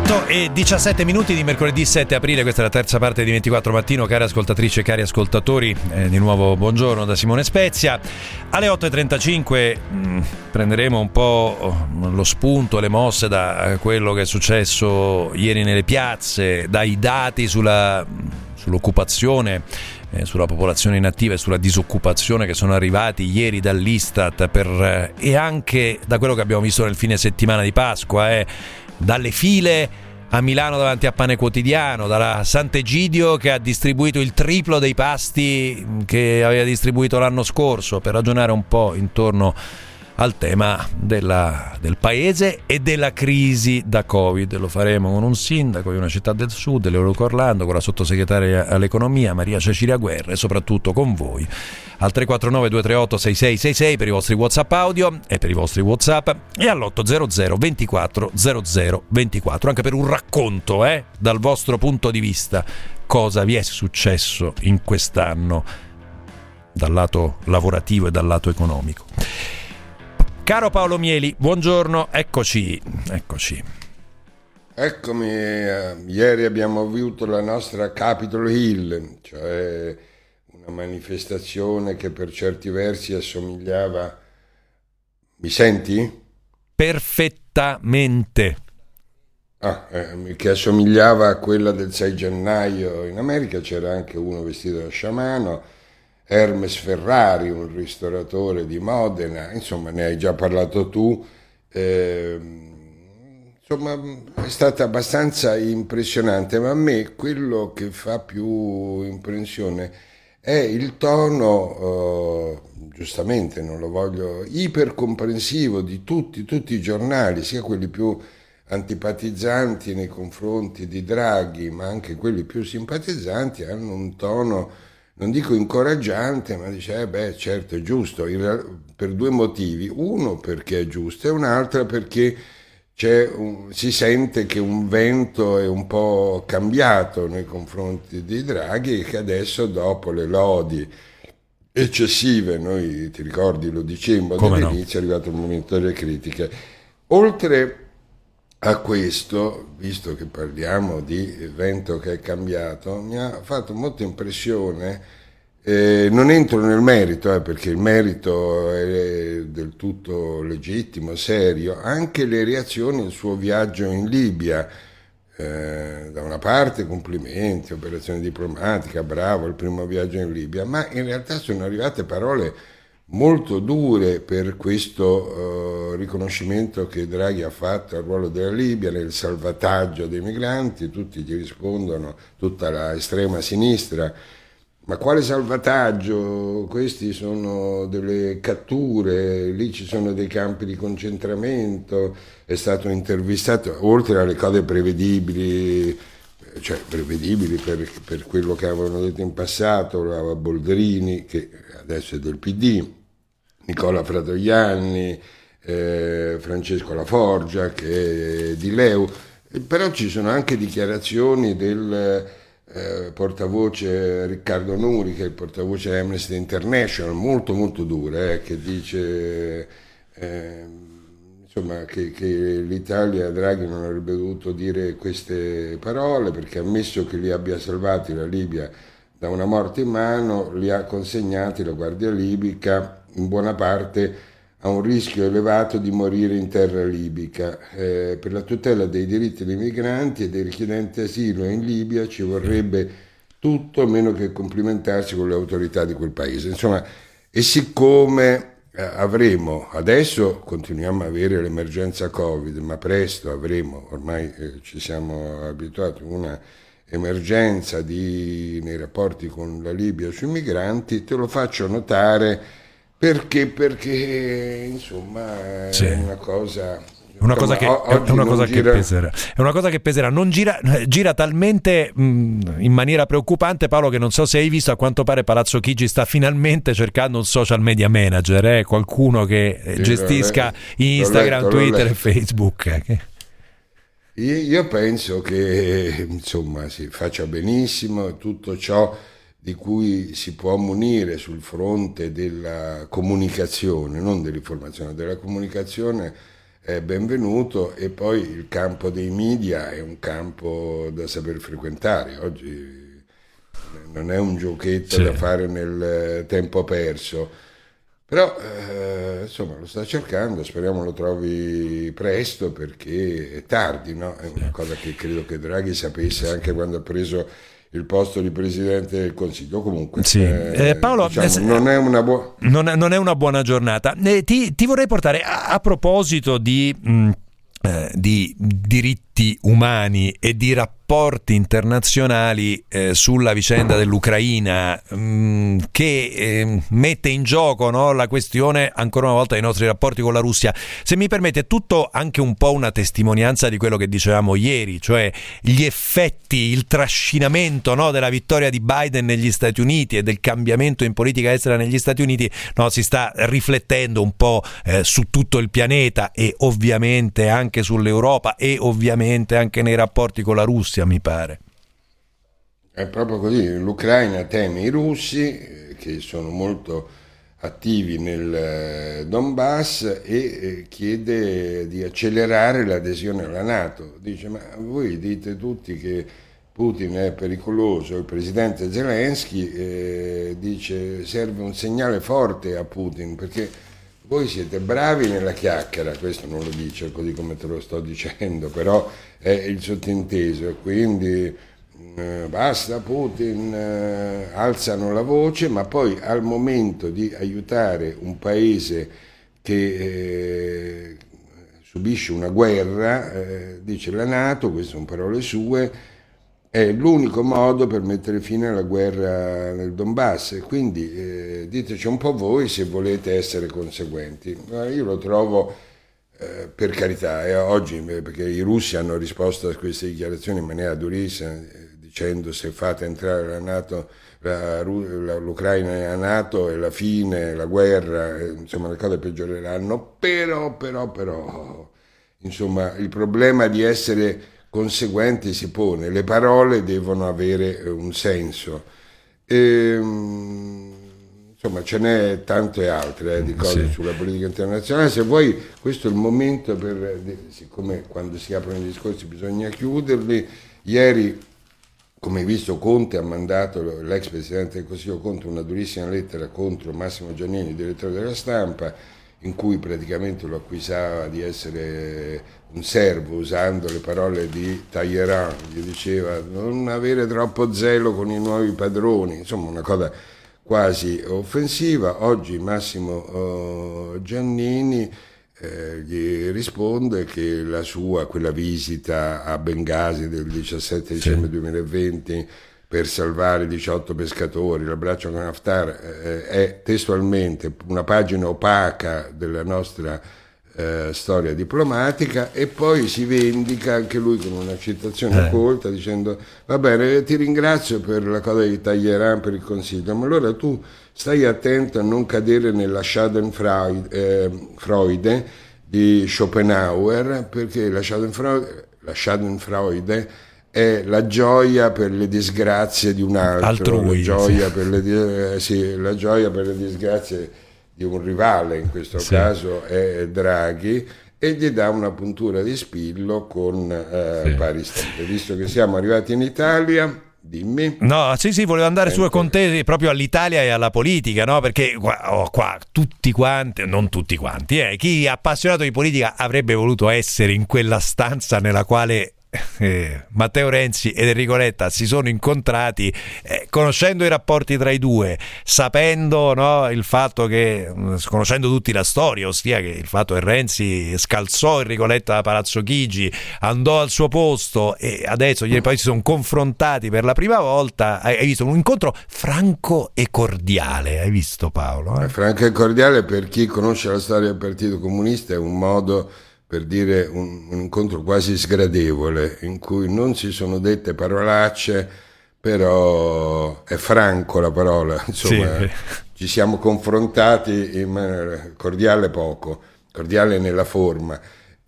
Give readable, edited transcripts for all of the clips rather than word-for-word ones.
8:17 di mercoledì 7 aprile, questa è la terza parte di 24 Mattino. Cari ascoltatrici e cari ascoltatori, di nuovo buongiorno da Simone Spezia. Alle 8:35 prenderemo un po' lo spunto, le mosse da quello che è successo ieri nelle piazze, dai dati sull'occupazione, sulla popolazione inattiva e sulla disoccupazione che sono arrivati ieri dall'Istat, e anche da quello che abbiamo visto nel fine settimana di Pasqua, dalle file a Milano davanti a Pane Quotidiano, dalla Sant'Egidio che ha distribuito il triplo dei pasti che aveva distribuito l'anno scorso, per ragionare un po' intorno al tema del paese e della crisi da Covid. Lo faremo con un sindaco di una città del sud, Leoluco Orlando, con la sottosegretaria all'economia Maria Cecilia Guerra, e soprattutto con voi al 349 238 6666 per i vostri WhatsApp audio e per i vostri WhatsApp, e all'800 24 00 24 anche per un racconto dal vostro punto di vista, cosa vi è successo in quest'anno dal lato lavorativo e dal lato economico. Caro Paolo Mieli, buongiorno, eccoci. Eccomi, ieri abbiamo avuto la nostra Capitol Hill, cioè una manifestazione che per certi versi assomigliava... Mi senti? Perfettamente. Che assomigliava a quella del 6 gennaio in America. C'era anche uno vestito da sciamano, Hermes Ferrari, un ristoratore di Modena, insomma ne hai già parlato tu, insomma è stata abbastanza impressionante, ma a me quello che fa più impressione è il tono, giustamente non lo voglio, ipercomprensivo di tutti i giornali, sia quelli più antipatizzanti nei confronti di Draghi, ma anche quelli più simpatizzanti, hanno un tono... non dico incoraggiante, ma dice, certo è giusto, per due motivi. Uno perché è giusto e un'altra perché si sente che un vento è un po' cambiato nei confronti di Draghi e che adesso, dopo le lodi eccessive, noi ti ricordi, lo dicemmo dall'inizio, è arrivato il momento delle critiche. Oltre a questo, visto che parliamo di vento che è cambiato, mi ha fatto molta impressione, non entro nel merito, perché il merito è del tutto legittimo, serio, anche le reazioni al suo viaggio in Libia. Da una parte complimenti, operazione diplomatica, bravo, il primo viaggio in Libia, ma in realtà sono arrivate parole molto dure per questo riconoscimento che Draghi ha fatto al ruolo della Libia nel salvataggio dei migranti. Tutti gli rispondono, tutta la estrema sinistra, ma quale salvataggio? Questi sono delle catture, lì ci sono dei campi di concentramento. È stato intervistato, oltre alle cose prevedibili, cioè prevedibili per quello che avevano detto in passato, la Boldrini, che adesso è del PD, Nicola Fratoianni, Francesco Laforgia, che è di Leu, però ci sono anche dichiarazioni del portavoce Riccardo Nuri, che è il portavoce Amnesty International, molto molto dure, che dice insomma che l'Italia, Draghi non avrebbe dovuto dire queste parole, perché ha ammesso che li abbia salvati la Libia da una morte in mano, li ha consegnati la Guardia Libica in buona parte a un rischio elevato di morire in terra libica. Per la tutela dei diritti dei migranti e dei richiedenti asilo in Libia ci vorrebbe tutto meno che complimentarsi con le autorità di quel paese. Insomma, e siccome adesso continuiamo a avere l'emergenza Covid, ma presto avremo, ormai ci siamo abituati, una emergenza nei rapporti con la Libia sui migranti, te lo faccio notare perché insomma sì. È una cosa... È una cosa che peserà. Non gira talmente in maniera preoccupante, Paolo, che non so se hai visto, a quanto pare Palazzo Chigi sta finalmente cercando un social media manager, qualcuno che gestisca Instagram, Twitter e Facebook. Io penso che insomma si faccia benissimo tutto ciò di cui si può munire sul fronte della comunicazione, non dell'informazione, della comunicazione. è benvenuto, e poi il campo dei media è un campo da saper frequentare. Oggi non è un giochetto da fare nel tempo perso, però insomma lo sta cercando, speriamo lo trovi presto, perché è tardi, no? È una cosa che credo che Draghi sapesse anche quando ha preso il posto di Presidente del Consiglio. Comunque Paolo, diciamo, non è una buona non è una buona giornata. Ti vorrei portare a proposito di diritti umani e di rapporti internazionali sulla vicenda dell'Ucraina, che mette in gioco, no, la questione ancora una volta dei nostri rapporti con la Russia. Se mi permette, è tutto anche un po' una testimonianza di quello che dicevamo ieri, cioè gli effetti, il trascinamento, no, della vittoria di Biden negli Stati Uniti e del cambiamento in politica estera negli Stati Uniti, no, si sta riflettendo un po' su tutto il pianeta, e ovviamente anche sull'Europa, e ovviamente anche nei rapporti con la Russia, mi pare. È proprio così. L'Ucraina teme i russi, che sono molto attivi nel Donbass, e chiede di accelerare l'adesione alla NATO. Dice: ma voi dite tutti che Putin è pericoloso. Il presidente Zelensky dice: serve un segnale forte a Putin, perché voi siete bravi nella chiacchiera. Questo non lo dice così come te lo sto dicendo, però è il sottinteso, e quindi basta Putin, alzano la voce, ma poi al momento di aiutare un paese che subisce una guerra, dice la NATO, queste sono parole sue, è l'unico modo per mettere fine alla guerra nel Donbass, e quindi diteci un po' voi se volete essere conseguenti. Io lo trovo, per carità, oggi, perché i russi hanno risposto a queste dichiarazioni in maniera durissima, dicendo: se fate entrare la NATO, l'Ucraina nella NATO, è la fine, la guerra, insomma le cose peggioreranno. Però, insomma, il problema di essere conseguenti si pone, le parole devono avere un senso. Insomma, ce n'è tante altre di cose sulla politica internazionale. Se vuoi, questo è il momento siccome quando si aprono i discorsi bisogna chiuderli. Ieri, come hai visto, Conte ha mandato, l'ex Presidente del Consiglio Conte, una durissima lettera contro Massimo Giannini, direttore della Stampa, in cui praticamente lo accusava di essere un servo, usando le parole di Talleyrand. Gli diceva: non avere troppo zelo con i nuovi padroni, insomma una cosa quasi offensiva. Oggi Massimo Giannini gli risponde che quella visita a Bengasi del 17 dicembre 2020 per salvare 18 pescatori, l'abbraccio con Haftar, è testualmente una pagina opaca della nostra storia diplomatica, e poi si vendica anche lui con una citazione colta, dicendo: va bene, ti ringrazio per la cosa di Talleyrand, per il consiglio, ma allora tu stai attento a non cadere nella Schadenfreude di Schopenhauer, perché la Schadenfreude è la gioia per le disgrazie di un altro, altrui, la gioia per le disgrazie di un rivale, in questo caso è Draghi, e gli dà una puntura di spillo con pari stelle. Visto che siamo arrivati in Italia, dimmi. No, sì, volevo andare su con te proprio all'Italia e alla politica, no? Perché qua tutti quanti, non tutti quanti, chi è appassionato di politica avrebbe voluto essere in quella stanza nella quale Matteo Renzi ed Enrico Letta si sono incontrati, conoscendo i rapporti tra i due, sapendo, no, il fatto che, conoscendo tutti la storia, ossia che il fatto che Renzi scalzò Enrico Letta da Palazzo Chigi, andò al suo posto, e adesso poi si sono confrontati per la prima volta. Hai visto un incontro franco e cordiale, hai visto, Paolo? Franco e cordiale, per chi conosce la storia del Partito Comunista, è un modo per dire un incontro quasi sgradevole, in cui non si sono dette parolacce, però è franco la parola, insomma, ci siamo confrontati in maniera cordiale, cordiale nella forma.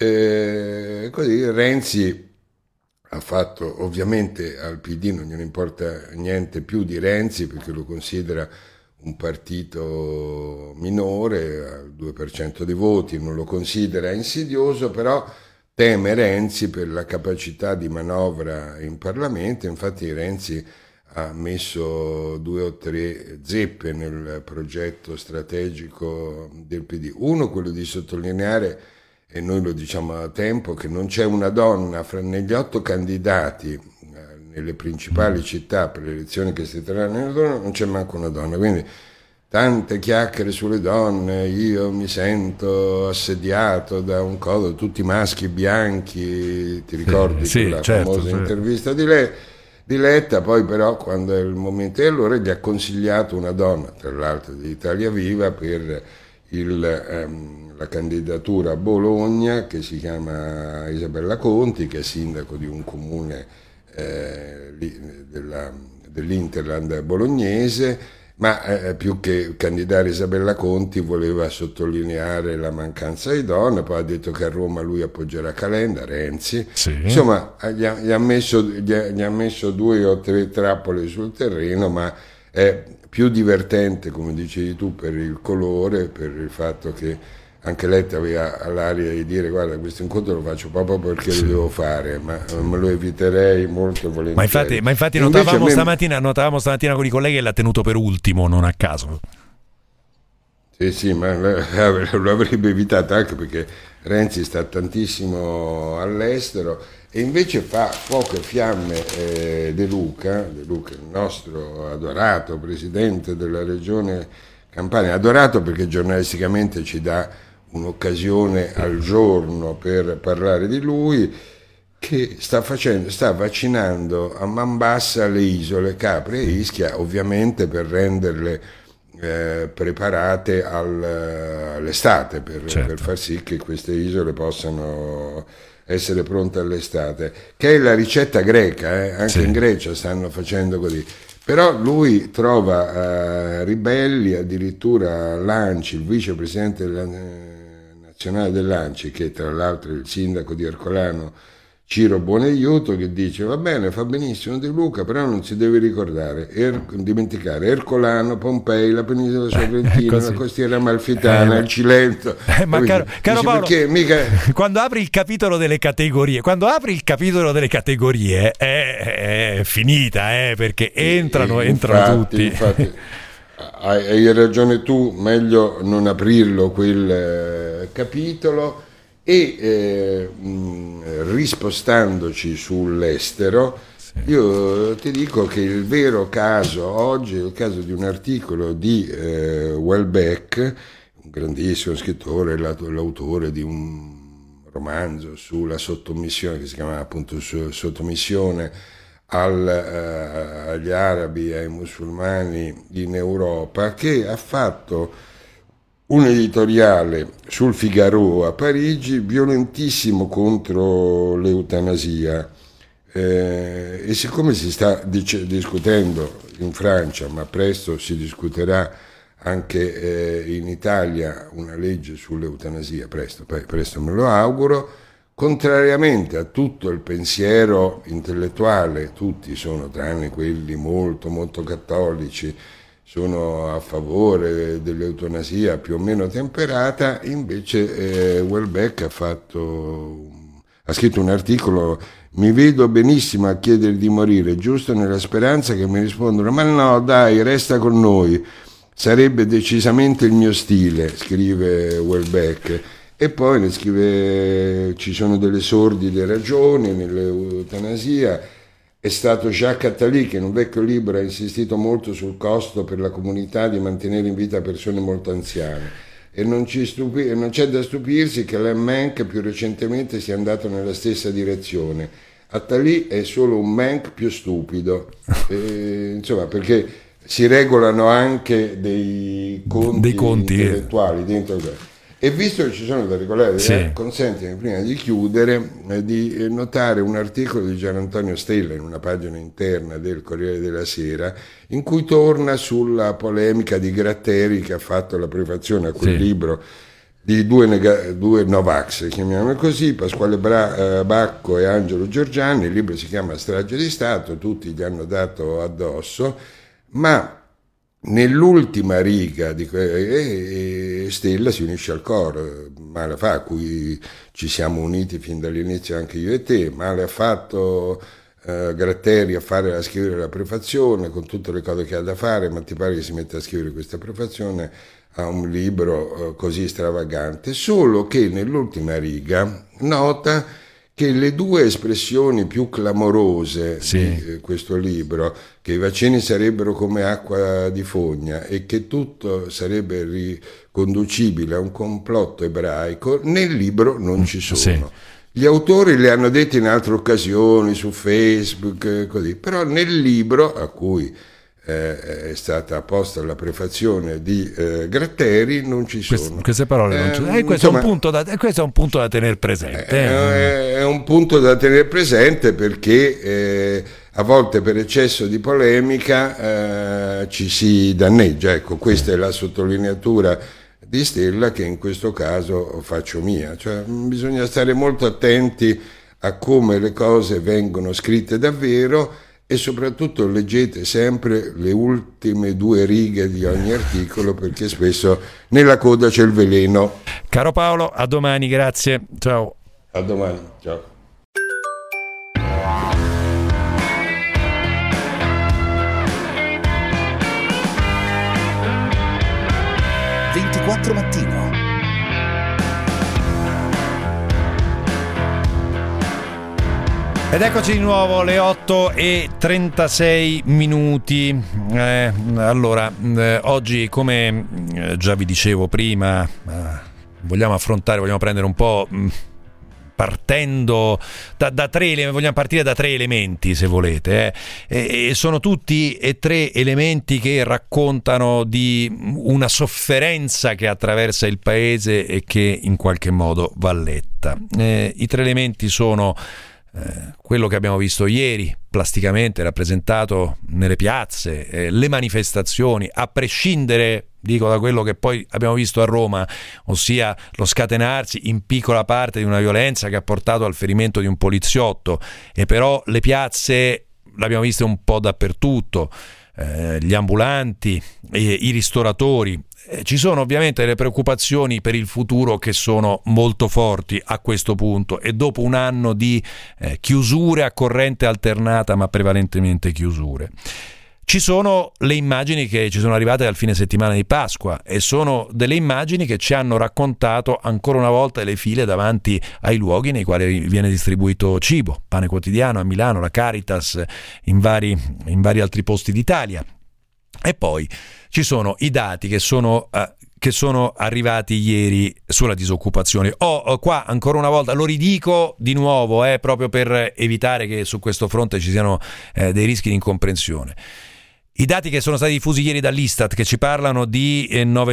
Così Renzi ha fatto, ovviamente al PD non gliene importa niente più di Renzi, perché lo considera un partito minore, al 2% dei voti, non lo considera insidioso, però teme Renzi per la capacità di manovra in Parlamento. Infatti Renzi ha messo 2 o 3 zeppe nel progetto strategico del PD. Uno, quello di sottolineare, e noi lo diciamo da tempo, che non c'è una donna negli 8 candidati nelle principali città per le elezioni che si terranno in autunno, non c'è manco una donna. Quindi tante chiacchiere sulle donne, io mi sento assediato da un codo, tutti maschi bianchi, ti ricordi quella famosa intervista di Letta, poi però quando è il momento, e allora gli ha consigliato una donna, tra l'altro di Italia Viva, per la candidatura a Bologna, che si chiama Isabella Conti, che è sindaco di un comune dell'Interland bolognese, ma più che candidare Isabella Conti voleva sottolineare la mancanza di donne. Poi ha detto che a Roma lui appoggerà Calenda, Renzi, insomma gli ha messo 2 o 3 trappole sul terreno, ma è più divertente, come dicevi tu, per il colore, per il fatto che anche Letta aveva l'aria di dire: guarda, questo incontro lo faccio proprio perché lo devo fare, ma me lo eviterei molto volentieri. Ma infatti notavamo stamattina con i colleghi che l'ha tenuto per ultimo, non a caso. Sì, ma lo avrebbe evitato, anche perché Renzi sta tantissimo all'estero, e invece fa fuoco e fiamme De Luca, il nostro adorato presidente della regione Campania, adorato perché giornalisticamente ci dà un'occasione al giorno per parlare di lui, che sta vaccinando a man bassa le isole Capri e Ischia, ovviamente per renderle preparate all'estate, per far sì che queste isole possano essere pronte all'estate, che è la ricetta greca, anche in Grecia stanno facendo così. Però lui trova ribelli, addirittura l'ANCI, il vicepresidente nazionale dell'ANCI, che tra l'altro è il sindaco di Ercolano, Ciro Buonaiuto, che dice: va bene, fa benissimo De Luca, però non si deve dimenticare Ercolano, Pompei, la penisola sorrentina, la costiera amalfitana, il Cilento. Ma caro Paolo, quando apri il capitolo delle categorie è finita, perché entrano tutti. Infatti, hai ragione tu, meglio non aprirlo quel capitolo. E rispostandoci sull'estero, io ti dico che il vero caso oggi è il caso di un articolo di Welbeck, un grandissimo scrittore, l'autore di un romanzo sulla sottomissione, che si chiama appunto Sottomissione agli arabi e ai musulmani in Europa, che ha fatto un editoriale sul Figaro a Parigi violentissimo contro l'eutanasia, e siccome si sta discutendo in Francia, ma presto si discuterà anche in Italia, una legge sull'eutanasia, presto me lo auguro, contrariamente a tutto il pensiero intellettuale, tutti sono, tranne quelli molto molto cattolici, sono a favore dell'eutanasia più o meno temperata. Invece Welbeck ha scritto un articolo: mi vedo benissimo a chiedere di morire, giusto nella speranza che mi rispondano: ma no, dai, resta con noi. Sarebbe decisamente il mio stile, scrive Welbeck. E poi ne scrive: ci sono delle sordide ragioni nell'eutanasia. È stato Jacques Attali che in un vecchio libro ha insistito molto sul costo per la comunità di mantenere in vita persone molto anziane, e non c'è da stupirsi che Alain Menck più recentemente sia andato nella stessa direzione. Attali è solo un Menck più stupido, insomma, perché si regolano anche dei conti intellettuali dentro. E visto che ci sono da regolare, consentimi prima di chiudere di notare un articolo di Gian Antonio Stella in una pagina interna del Corriere della Sera, in cui torna sulla polemica di Gratteri, che ha fatto la prefazione a quel libro di due Novax, chiamiamolo così, Pasquale Bacco e Angelo Giorgiani. Il libro si chiama Strage di Stato, tutti gli hanno dato addosso, ma nell'ultima riga di Stella si unisce al coro, male fa, a cui ci siamo uniti fin dall'inizio anche io e te. Male ha fatto Gratteri a scrivere la prefazione con tutte le cose che ha da fare, ma ti pare che si mette a scrivere questa prefazione a un libro così stravagante? Solo che nell'ultima riga nota che le due espressioni più clamorose di questo libro, che i vaccini sarebbero come acqua di fogna e che tutto sarebbe riconducibile a un complotto ebraico, nel libro non ci sono. Sì. Gli autori le hanno dette in altre occasioni, su Facebook, così, però nel libro, a cui è stata posta la prefazione di Gratteri, non ci sono. Queste parole non ci sono. Questo è un punto da tenere presente. È un punto da tenere presente perché a volte per eccesso di polemica ci si danneggia. Ecco, questa è la sottolineatura di Stella che in questo caso faccio mia. Cioè, bisogna stare molto attenti a come le cose vengono scritte davvero, e soprattutto leggete sempre le ultime 2 righe di ogni articolo, perché spesso nella coda c'è il veleno. Caro Paolo, a domani, grazie. Ciao. A domani, ciao. Mattino. Ed eccoci di nuovo alle 8:36. Allora, oggi, come già vi dicevo prima, vogliamo prendere un po', partendo da 3, vogliamo partire da 3 elementi, se volete, e sono tutti e 3 elementi che raccontano di una sofferenza che attraversa il paese e che in qualche modo va letta. I 3 elementi sono quello che abbiamo visto ieri, plasticamente rappresentato nelle piazze, le manifestazioni, a prescindere, dico, da quello che poi abbiamo visto a Roma, ossia lo scatenarsi in piccola parte di una violenza che ha portato al ferimento di un poliziotto, e però le piazze l'abbiamo viste un po' dappertutto, gli ambulanti, i ristoratori. Ci sono ovviamente delle preoccupazioni per il futuro che sono molto forti a questo punto, e dopo un anno di chiusure a corrente alternata, ma prevalentemente chiusure. Ci sono le immagini che ci sono arrivate dal fine settimana di Pasqua, e sono delle immagini che ci hanno raccontato ancora una volta le file davanti ai luoghi nei quali viene distribuito cibo, Pane Quotidiano a Milano, la Caritas in vari altri posti d'Italia. E poi ci sono i dati che sono arrivati ieri sulla disoccupazione. Qua ancora una volta lo ridico di nuovo, proprio per evitare che su questo fronte ci siano dei rischi di incomprensione. I dati che sono stati diffusi ieri dall'Istat, che ci parlano di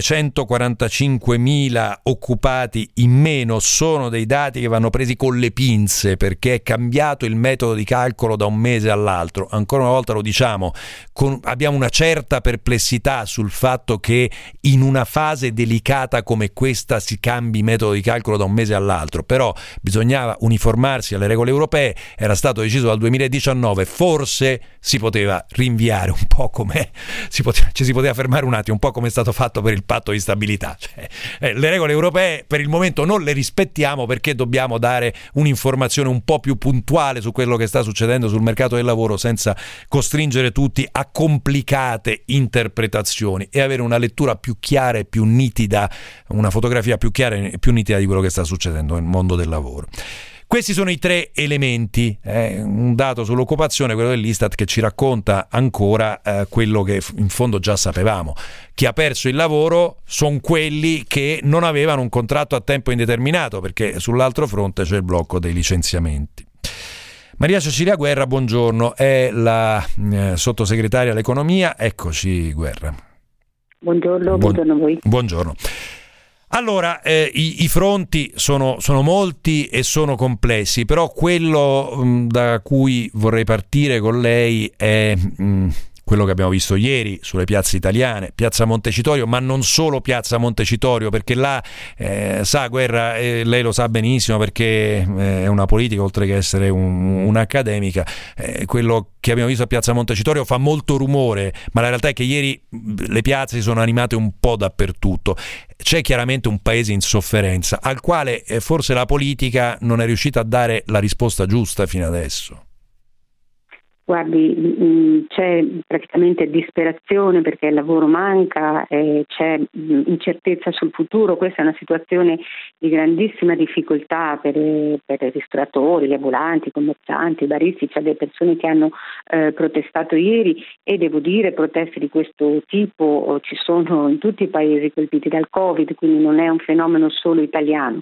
945.000 occupati in meno, sono dei dati che vanno presi con le pinze, perché è cambiato il metodo di calcolo da un mese all'altro. Ancora una volta lo diciamo, abbiamo una certa perplessità sul fatto che in una fase delicata come questa si cambi metodo di calcolo da un mese all'altro, però bisognava uniformarsi alle regole europee, era stato deciso dal 2019, forse si poteva rinviare un po', come si poteva fermare un attimo, un po' come è stato fatto per il patto di stabilità. Le regole europee per il momento non le rispettiamo, perché dobbiamo dare un'informazione un po' più puntuale su quello che sta succedendo sul mercato del lavoro, senza costringere tutti a complicate interpretazioni, e avere una lettura più chiara e più nitida, una fotografia più chiara e più nitida di quello che sta succedendo nel mondo del lavoro. Questi sono i 3 elementi, un dato sull'occupazione, quello dell'Istat, che ci racconta ancora quello che in fondo già sapevamo. Chi ha perso il lavoro sono quelli che non avevano un contratto a tempo indeterminato, perché sull'altro fronte c'è il blocco dei licenziamenti. Maria Cecilia Guerra, buongiorno, è la sottosegretaria all'economia. Eccoci, Guerra. Buongiorno, buongiorno a voi. Buongiorno. Allora, i fronti sono molti e sono complessi, però quello da cui vorrei partire con lei è quello che abbiamo visto ieri sulle piazze italiane, Piazza Montecitorio, ma non solo Piazza Montecitorio, perché là sa Guerra, lei lo sa benissimo perché è una politica oltre che essere un'accademica, quello che abbiamo visto a Piazza Montecitorio fa molto rumore, ma la realtà è che ieri le piazze si sono animate un po' dappertutto. C'è chiaramente un paese in sofferenza al quale forse la politica non è riuscita a dare la risposta giusta fino adesso. Guardi, c'è praticamente disperazione perché il lavoro manca, c'è incertezza sul futuro. Questa è una situazione di grandissima difficoltà per i ristoratori, gli ambulanti, i commercianti, i baristi. C'è delle persone che hanno protestato ieri e devo dire proteste di questo tipo ci sono in tutti i paesi colpiti dal Covid, quindi non è un fenomeno solo italiano.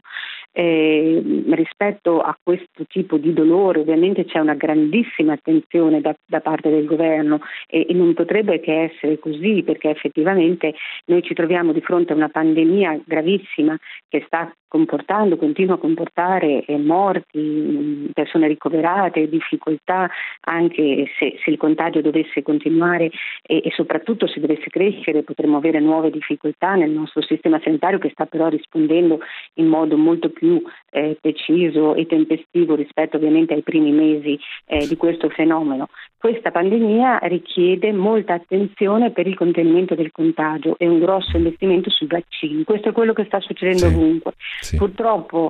Rispetto a questo tipo di dolore ovviamente c'è una grandissima attenzione da parte del governo e non potrebbe che essere così, perché effettivamente noi ci troviamo di fronte a una pandemia gravissima che continua a comportare morti, persone ricoverate, difficoltà anche se il contagio dovesse continuare e soprattutto se dovesse crescere potremmo avere nuove difficoltà nel nostro sistema sanitario, che sta però rispondendo in modo molto più preciso e tempestivo rispetto ovviamente ai primi mesi di questo fenomeno. Questa pandemia richiede molta attenzione per il contenimento del contagio e un grosso investimento sui vaccini. Questo è quello che sta succedendo ovunque. Sì. Purtroppo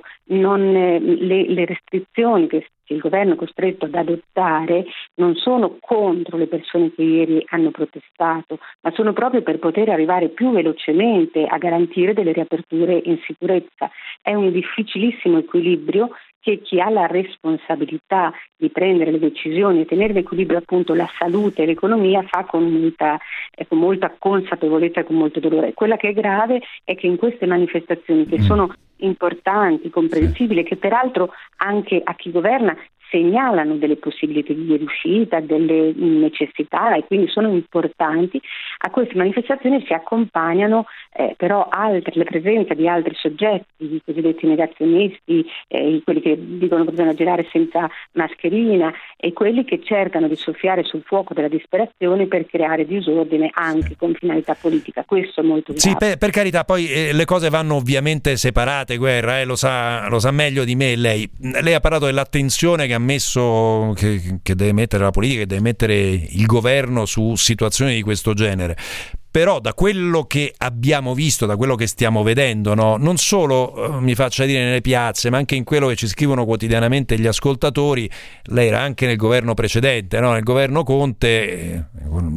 le restrizioni che il governo è costretto ad adottare non sono contro le persone che ieri hanno protestato, ma sono proprio per poter arrivare più velocemente a garantire delle riaperture in sicurezza. È un difficilissimo equilibrio che chi ha la responsabilità di prendere le decisioni e tenere in equilibrio appunto la salute e l'economia fa con molta consapevolezza e con molto dolore. Quella che è grave è che in queste manifestazioni che sono importanti, comprensibili, che peraltro anche a chi governa segnalano delle possibilità di riuscita, delle necessità e quindi sono importanti, a queste manifestazioni si accompagnano però la presenza di altri soggetti, i cosiddetti negazionisti, quelli che dicono che bisogna girare senza mascherina e quelli che cercano di soffiare sul fuoco della disperazione per creare disordine anche con finalità politica. Questo è molto grave. Sì, per carità, poi le cose vanno ovviamente separate, Guerra, lo sa meglio di me lei. Lei ha parlato dell'attenzione che ha messo, che deve mettere la politica, che deve mettere il governo su situazioni di questo genere. Però da quello che abbiamo visto, da quello che stiamo vedendo, no? Non solo mi faccia dire nelle piazze, ma anche in quello che ci scrivono quotidianamente gli ascoltatori, lei era anche nel governo precedente, no? Nel governo Conte,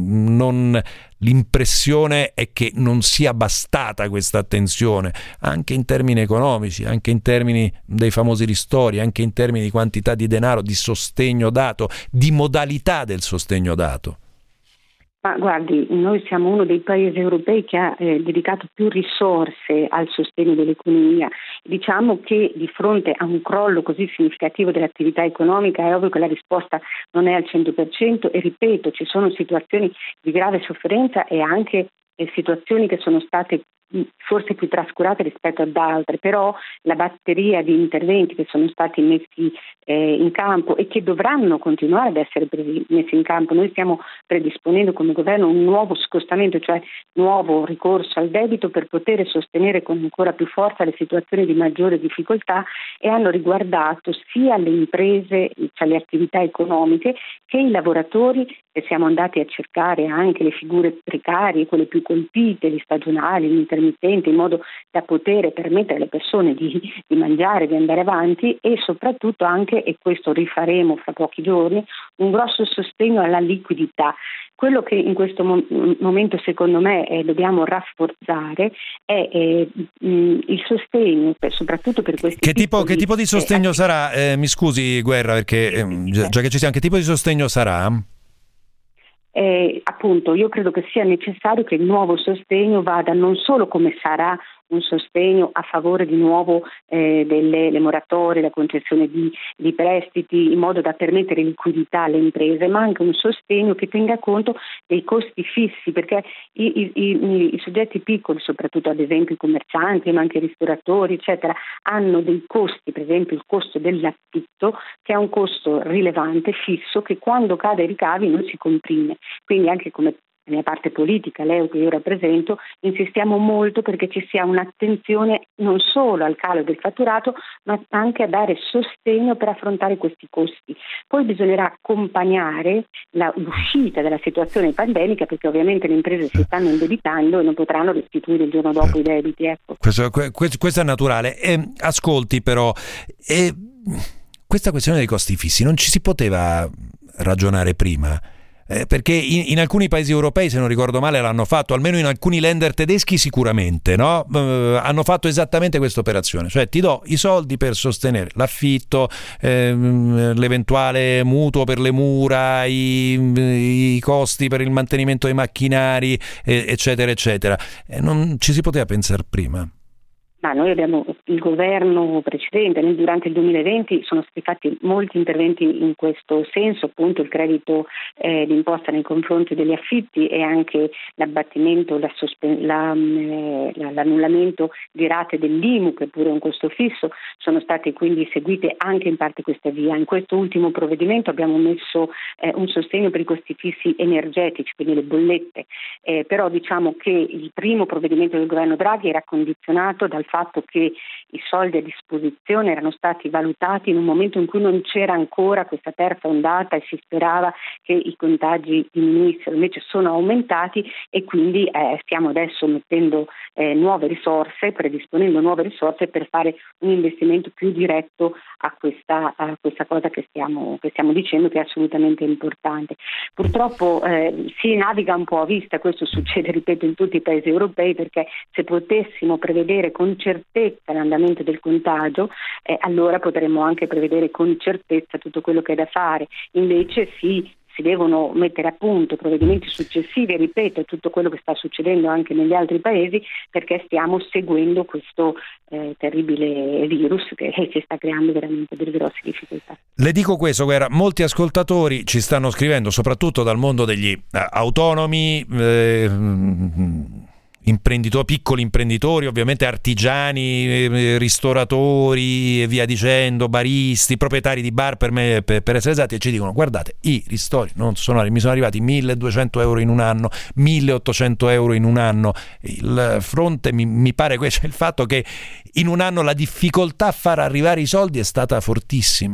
l'impressione è che non sia bastata questa attenzione, anche in termini economici, anche in termini dei famosi ristori, anche in termini di quantità di denaro, di sostegno dato, di modalità del sostegno dato. Ma guardi, noi siamo uno dei paesi europei che ha dedicato più risorse al sostegno dell'economia. Diciamo che di fronte a un crollo così significativo dell'attività economica è ovvio che la risposta non è al 100% e ripeto, ci sono situazioni di grave sofferenza e anche situazioni che sono state forse più trascurate rispetto ad altre, però la batteria di interventi che sono stati messi in campo e che dovranno continuare ad essere messi in campo, noi stiamo predisponendo come governo un nuovo scostamento, cioè nuovo ricorso al debito per poter sostenere con ancora più forza le situazioni di maggiore difficoltà e hanno riguardato sia le imprese, cioè le attività economiche, che i lavoratori e siamo andati a cercare anche le figure precarie, quelle più colpite, gli stagionali, gli intermittenti, in modo da poter permettere alle persone di mangiare, di andare avanti e soprattutto anche, e questo rifaremo fra pochi giorni, un grosso sostegno alla liquidità. Quello che in questo momento secondo me dobbiamo rafforzare è il sostegno, soprattutto per questi che tipo di sostegno sarà? Mi scusi Guerra, perché già che ci siamo, che tipo di sostegno sarà? Appunto, io credo che sia necessario che il nuovo sostegno vada non solo come sarà un sostegno a favore di nuovo delle moratorie, la concessione di prestiti, in modo da permettere liquidità alle imprese, ma anche un sostegno che tenga conto dei costi fissi, perché i soggetti piccoli, soprattutto ad esempio i commercianti, ma anche i ristoratori, eccetera, hanno dei costi, per esempio il costo dell'affitto, che è un costo rilevante, fisso, che quando cade i ricavi non si comprime. Quindi anche come la mia parte politica, l'EU che io rappresento, insistiamo molto perché ci sia un'attenzione non solo al calo del fatturato, ma anche a dare sostegno per affrontare questi costi. Poi bisognerà accompagnare l'uscita dalla situazione pandemica, perché ovviamente le imprese si stanno indebitando e non potranno restituire il giorno dopo i debiti. Ecco. Questo è naturale. Ascolti però, questa questione dei costi fissi non ci si poteva ragionare prima? Perché in alcuni paesi europei, se non ricordo male, l'hanno fatto, almeno in alcuni lender tedeschi sicuramente, no? Hanno fatto esattamente questa operazione, cioè ti do i soldi per sostenere l'affitto, l'eventuale mutuo per le mura, i costi per il mantenimento dei macchinari, eccetera, eccetera. Non ci si poteva pensare prima. Ma noi abbiamo il governo precedente, durante il 2020 sono stati fatti molti interventi in questo senso, appunto il credito d'imposta nei confronti degli affitti e anche l'abbattimento, l'annullamento di rate dell'IMU, che pure è un costo fisso, sono state quindi seguite anche in parte questa via. In questo ultimo provvedimento abbiamo messo un sostegno per i costi fissi energetici, quindi le bollette, però diciamo che il primo provvedimento del governo Draghi era condizionato dal fatto che i soldi a disposizione erano stati valutati in un momento in cui non c'era ancora questa terza ondata e si sperava che i contagi diminuissero, invece sono aumentati e quindi stiamo adesso mettendo nuove risorse, predisponendo nuove risorse per fare un investimento più diretto a questa cosa che stiamo dicendo, che è assolutamente importante. Purtroppo si naviga un po' a vista, questo succede, ripeto, in tutti i paesi europei, perché se potessimo prevedere con certezza l'andamento del contagio, allora potremmo anche prevedere con certezza tutto quello che è da fare. Invece si devono mettere a punto provvedimenti successivi, e ripeto, tutto quello che sta succedendo anche negli altri paesi, perché stiamo seguendo questo terribile virus che ci sta creando veramente delle grosse difficoltà. Le dico questo, guarda, molti ascoltatori ci stanno scrivendo, soprattutto dal mondo degli autonomi, piccoli imprenditori, ovviamente artigiani, ristoratori e via dicendo, baristi, proprietari di bar, per essere esatti, e ci dicono: guardate, i ristori mi sono arrivati 1.200 euro in un anno, 1.800 euro in un anno. Il fronte mi pare c'è il fatto che in un anno la difficoltà a far arrivare i soldi è stata fortissima.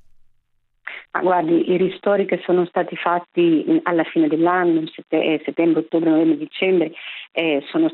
Ma guardi, i ristori che sono stati fatti alla fine dell'anno, settembre, ottobre, novembre, dicembre, sono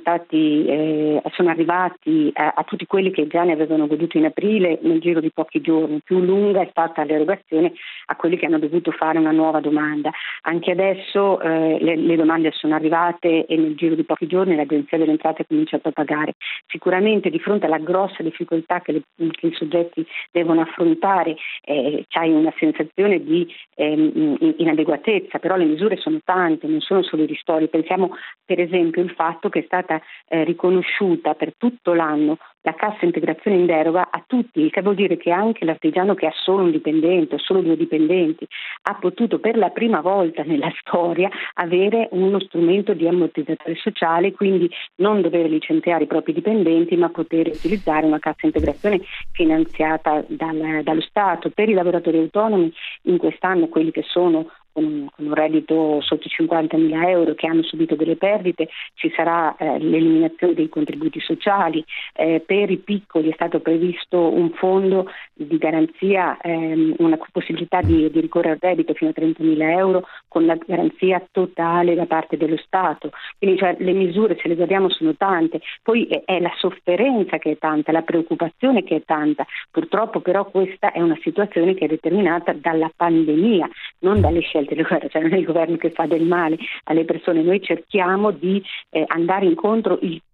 arrivati a tutti quelli che già ne avevano goduto in aprile nel giro di pochi giorni. Più lunga è stata l'erogazione a quelli che hanno dovuto fare una nuova domanda. Anche adesso le domande sono arrivate e nel giro di pochi giorni l'Agenzia delle Entrate ha cominciato a pagare. Sicuramente di fronte alla grossa difficoltà che i soggetti devono affrontare c'hai una sensazione di inadeguatezza, però le misure sono tante, non sono solo i ristori. Pensiamo per esempio al fatto che è stata riconosciuta per tutto l'anno la cassa integrazione in deroga a tutti, il che vuol dire che anche l'artigiano che ha solo un dipendente o solo 2 dipendenti ha potuto per la prima volta nella storia avere uno strumento di ammortizzatore sociale, quindi non dover licenziare i propri dipendenti, ma poter utilizzare una cassa integrazione finanziata dallo Stato. Per i lavoratori autonomi in quest'anno, quelli che sono con un reddito sotto i 50.000 euro, che hanno subito delle perdite, ci sarà l'eliminazione dei contributi sociali. Per i piccoli è stato previsto un fondo di garanzia, una possibilità di ricorrere al reddito fino a 30.000 euro con la garanzia totale da parte dello Stato. Quindi le misure, se le guardiamo, sono tante. Poi è la sofferenza che è tanta, la preoccupazione che è tanta. Purtroppo però questa è una situazione che è determinata dalla pandemia, non dalle scelte del governo, non è il governo che fa del male alle persone. Noi cerchiamo di andare incontro il più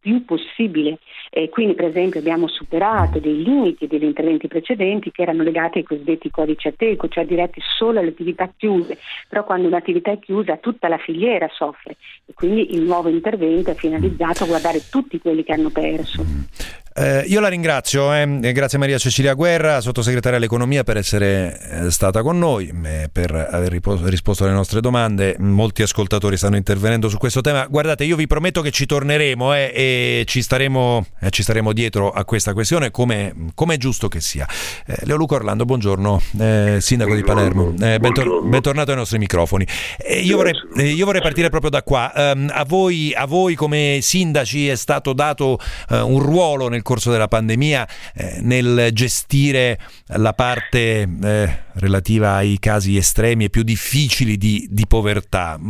più possibile. Quindi per esempio abbiamo superato dei limiti degli interventi precedenti che erano legati ai cosiddetti codici Ateco, cioè diretti solo alle attività chiuse, però quando un'attività è chiusa tutta la filiera soffre e quindi il nuovo intervento è finalizzato a guardare tutti quelli che hanno perso. Io la ringrazio, grazie Maria Cecilia Guerra, sottosegretaria all'economia, per essere stata con noi, per aver risposto alle nostre domande. Molti ascoltatori stanno intervenendo su questo tema. Guardate, io vi prometto che ci torneremo e ci staremo dietro a questa questione come è giusto che sia. Leoluca Orlando, buongiorno, sindaco di Palermo, bentornato ai nostri microfoni. Io vorrei partire proprio da qua. A voi come sindaci è stato dato un ruolo nel corso della pandemia nel gestire la parte relativa ai casi estremi e più difficili di povertà,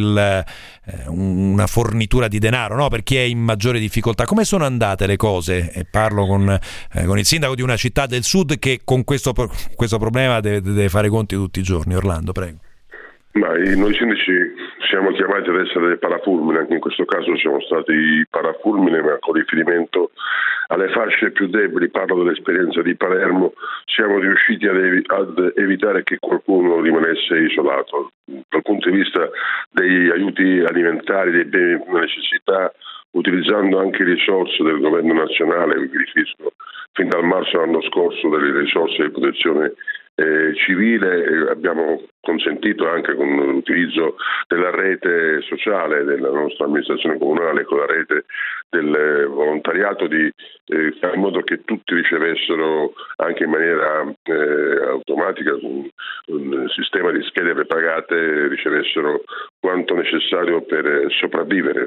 una fornitura di denaro, no? Per chi è in maggiore difficoltà. Come sono andate le cose? E parlo con il sindaco di una città del sud che con questo problema deve fare i conti tutti i giorni. Orlando, prego. Ma noi sindaci siamo chiamati ad essere dei parafulmine, anche in questo caso siamo stati parafulmine, ma con riferimento alle fasce più deboli, parlo dell'esperienza di Palermo, siamo riusciti ad evitare che qualcuno rimanesse isolato. Dal punto di vista degli aiuti alimentari, dei beni di prima necessità, utilizzando anche risorse del governo nazionale, mi riferisco fin dal marzo dell'anno scorso delle risorse di protezione civile, abbiamo consentito anche con l'utilizzo della rete sociale della nostra amministrazione comunale, con la rete del volontariato, di fare in modo che tutti ricevessero anche in maniera automatica un sistema di schede prepagate, ricevessero quanto necessario per sopravvivere.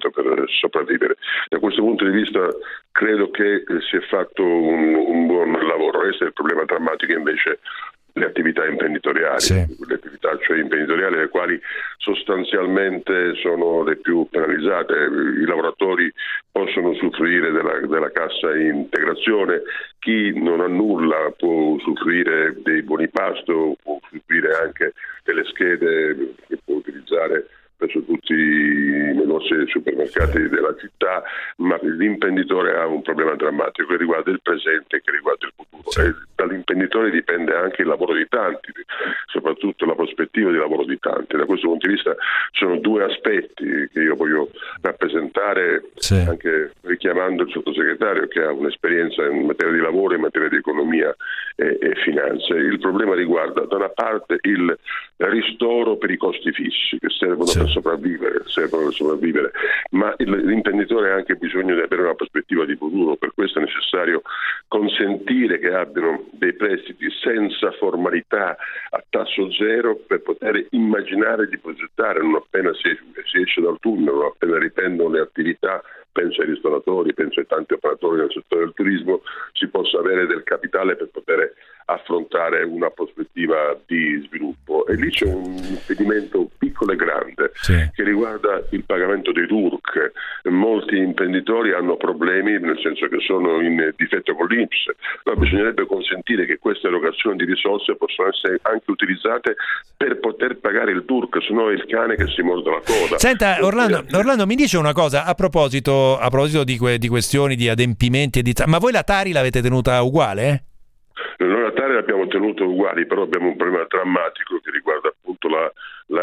Da questo punto di vista credo che si è fatto un buon lavoro. Questo è il problema drammatico invece le attività imprenditoriali, sì. Le attività cioè imprenditoriali, le quali sostanzialmente sono le più penalizzate. I lavoratori possono usufruire della cassa integrazione, chi non ha nulla può usufruire dei buoni pasto, può usufruire anche delle schede che può utilizzare presso tutti i negozi e supermercati della città, ma l'imprenditore ha un problema drammatico che riguarda il presente e che riguarda il futuro. Sì. E dall'imprenditore dipende anche il lavoro di tanti, soprattutto la prospettiva di lavoro di tanti. Da questo punto di vista sono due aspetti che io voglio rappresentare, sì, anche richiamando il sottosegretario che ha un'esperienza in materia di lavoro, in materia di economia e finanze. Il problema riguarda da una parte il ristoro per i costi fissi che servono, sì, per sopravvivere, ma l'imprenditore ha anche bisogno di avere una prospettiva di futuro. Per questo è necessario consentire che abbiano dei prestiti senza formalità a tasso zero per poter immaginare di progettare non appena si esce dal tunnel, non appena riprendono le attività. Penso ai ristoratori, penso ai tanti operatori nel settore del turismo, si possa avere del capitale per poter affrontare una prospettiva di sviluppo. E lì c'è un impedimento piccolo e grande, sì, che riguarda il pagamento dei DURC. Molti imprenditori hanno problemi, nel senso che sono in difetto con l'INPS, ma bisognerebbe consentire che queste erogazioni di risorse possano essere anche utilizzate per poter pagare il DURC, se no è il cane che si morde la coda. Senta Orlando, mi dice una cosa a proposito di questioni di adempimenti ma voi la Tari l'avete tenuta uguale? Noi la Tari l'abbiamo tenuta uguale, però abbiamo un problema drammatico che riguarda appunto la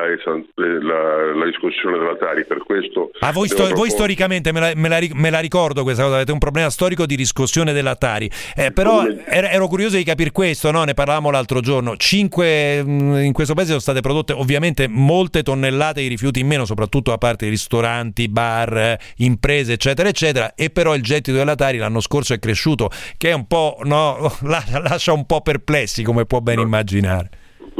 riscossione della Tari. Per questo voi storicamente me la ricordo questa cosa, avete un problema storico di riscossione della Tari, però ero curioso di capire questo, no? Ne parlavamo l'altro giorno. In questo paese sono state prodotte ovviamente molte tonnellate di rifiuti in meno, soprattutto da parte di ristoranti, bar, imprese eccetera eccetera, e però il gettito della Tari l'anno scorso è cresciuto, che è un po', no, lascia un po' perplessi, come può ben immaginare.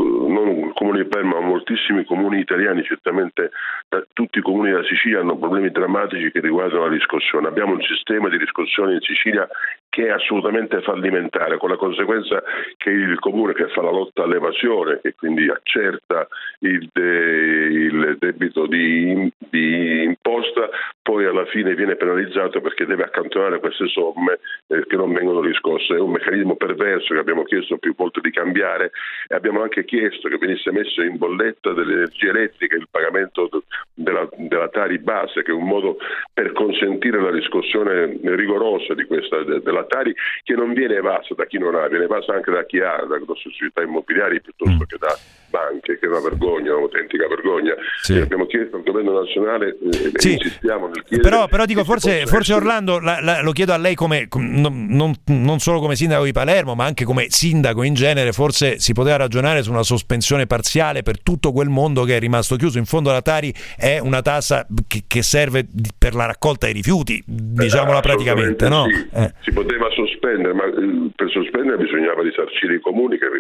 Ma moltissimi comuni italiani, certamente tutti i comuni della Sicilia, hanno problemi drammatici che riguardano la riscossione. Abbiamo un sistema di riscossione in Sicilia che è assolutamente fallimentare, con la conseguenza che il comune che fa la lotta all'evasione, che quindi accerta il debito di imposta, poi poi alla fine viene penalizzato perché deve accantonare queste somme che non vengono riscosse. È un meccanismo perverso che abbiamo chiesto più volte di cambiare, e abbiamo anche chiesto che venisse messo in bolletta dell'energia elettrica il pagamento della Tari base, che è un modo per consentire la riscossione rigorosa di questa della Tari, che non viene evasa da chi non ha, viene evasa anche da chi ha, da grosse società immobiliari piuttosto che da banche, che è una vergogna, un'autentica vergogna. Sì. Abbiamo chiesto al governo nazionale sì. insistiamo nel chiedere, però dico, forse Orlando, lo chiedo a lei come non solo come sindaco di Palermo, ma anche come sindaco in genere, forse si poteva ragionare su una sospensione parziale per tutto quel mondo che è rimasto chiuso. In fondo la Tari è una tassa che serve per la raccolta dei rifiuti, diciamola praticamente, no? Sì. Si poteva sospendere, ma per sospendere bisognava risarcire i comuni e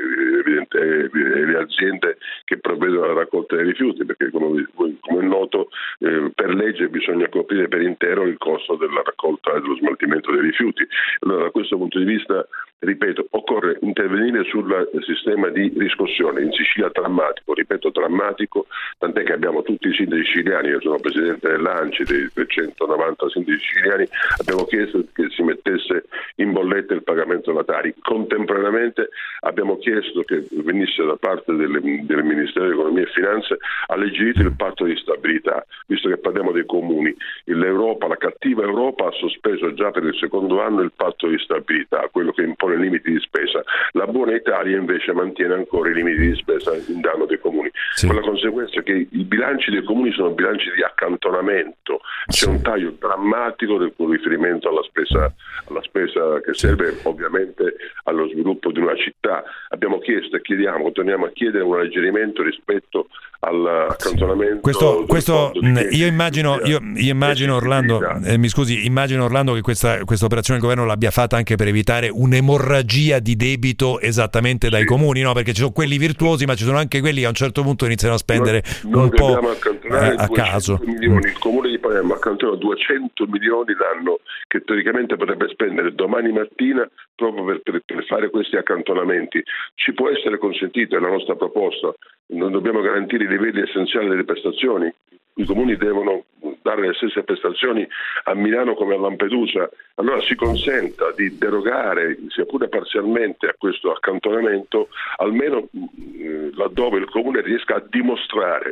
le aziende che provvedono alla raccolta dei rifiuti, perché come è noto per legge bisogna coprire per intero il costo della raccolta e dello smaltimento dei rifiuti. Allora, da questo punto di vista, ripeto, occorre intervenire sul sistema di riscossione. In Sicilia drammatico, tant'è che abbiamo tutti i sindaci siciliani, io sono presidente dell'ANCI dei 390 sindaci siciliani, abbiamo chiesto che si mettesse in bolletta il pagamento della Tari. Contemporaneamente abbiamo chiesto che venisse da parte del Ministero dell'Economia e Finanze alleggerito il patto di stabilità, visto che parliamo dei comuni. La cattiva Europa ha sospeso già per il secondo anno il patto di stabilità, quello che impone limiti di spesa. La buona Italia invece mantiene ancora i limiti di spesa in danno dei comuni, con la conseguenza che i bilanci dei comuni sono bilanci di accantonamento. C'è un taglio drammatico con riferimento alla spesa che serve ovviamente allo sviluppo di una città. Abbiamo chiesto e continuiamo a chiedere un alleggerimento rispetto all'accantonamento. Questo io immagino Orlando, immagino Orlando che questa operazione il governo l'abbia fatta anche per evitare un'emorragia di debito esattamente dai comuni, no? Perché ci sono quelli virtuosi, ma ci sono anche quelli che a un certo punto iniziano a spendere un po' a caso. Milioni. Il comune di Palermo accantona 200 milioni l'anno che teoricamente potrebbe spendere domani mattina proprio per fare questi accantonamenti. Ci può essere consentito, è la nostra proposta, non dobbiamo garantire i livelli essenziali delle prestazioni. I comuni devono dare le stesse prestazioni a Milano come a Lampedusa, allora si consenta di derogare, sia pure parzialmente, a questo accantonamento, almeno laddove il comune riesca a dimostrare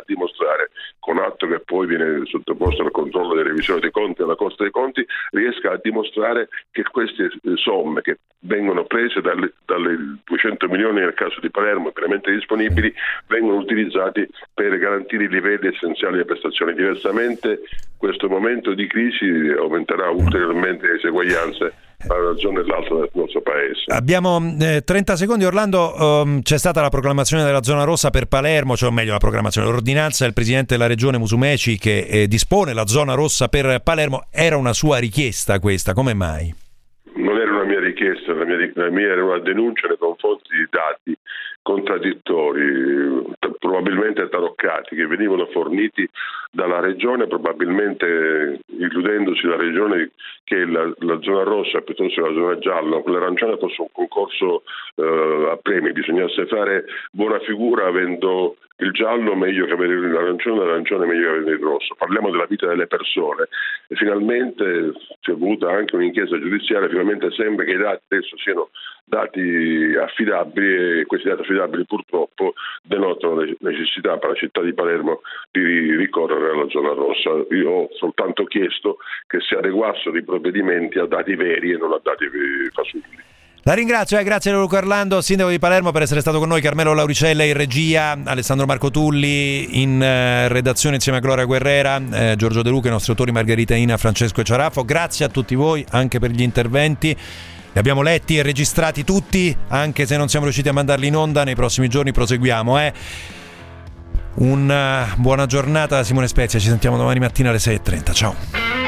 con atto che poi viene sottoposto al controllo della revisione dei conti alla Corte dei Conti, riesca a dimostrare che queste somme che vengono prese dalle 200 milioni nel caso di Palermo pienamente disponibili vengono utilizzati per garantire i livelli essenziali delle prestazioni. Diversamente questo momento di crisi aumenterà ulteriormente le diseguaglianze tra una zona e l'altra del nostro paese. Abbiamo 30 secondi, Orlando. C'è stata la proclamazione della zona rossa per Palermo, cioè o meglio l'ordinanza del presidente della regione Musumeci che dispone la zona rossa per Palermo. Era una sua richiesta questa, come mai? Non era una mia richiesta, la mia era una denuncia nei confronti di dati contraddittori, probabilmente taroccati, che venivano forniti dalla regione, probabilmente illudendosi la regione che la zona rossa piuttosto che la zona gialla, quell'arancione fosse un concorso a premi, bisognasse fare buona figura avendo il giallo meglio che avere l'arancione meglio che avere il rosso. Parliamo della vita delle persone e finalmente c'è voluta anche un'inchiesta giudiziaria, finalmente sembra che i dati adesso siano dati affidabili e questi dati affidabili purtroppo denotano la necessità per la città di Palermo di ricorrere alla zona rossa. Io ho soltanto chiesto che si adeguassero i provvedimenti a dati veri e non a dati fasulli. La ringrazio, grazie a Luca Orlando, sindaco di Palermo, per essere stato con noi. Carmelo Lauricella in regia, Alessandro Marco Tulli in redazione insieme a Gloria Guerrera, Giorgio De Luca, i nostri autori Margherita Ina, Francesco e Ciaraffo. Grazie a tutti voi anche per gli interventi. Li abbiamo letti e registrati tutti, anche se non siamo riusciti a mandarli in onda. Nei prossimi giorni proseguiamo. Una buona giornata da Simone Spezia, ci sentiamo domani mattina alle 6:30. Ciao.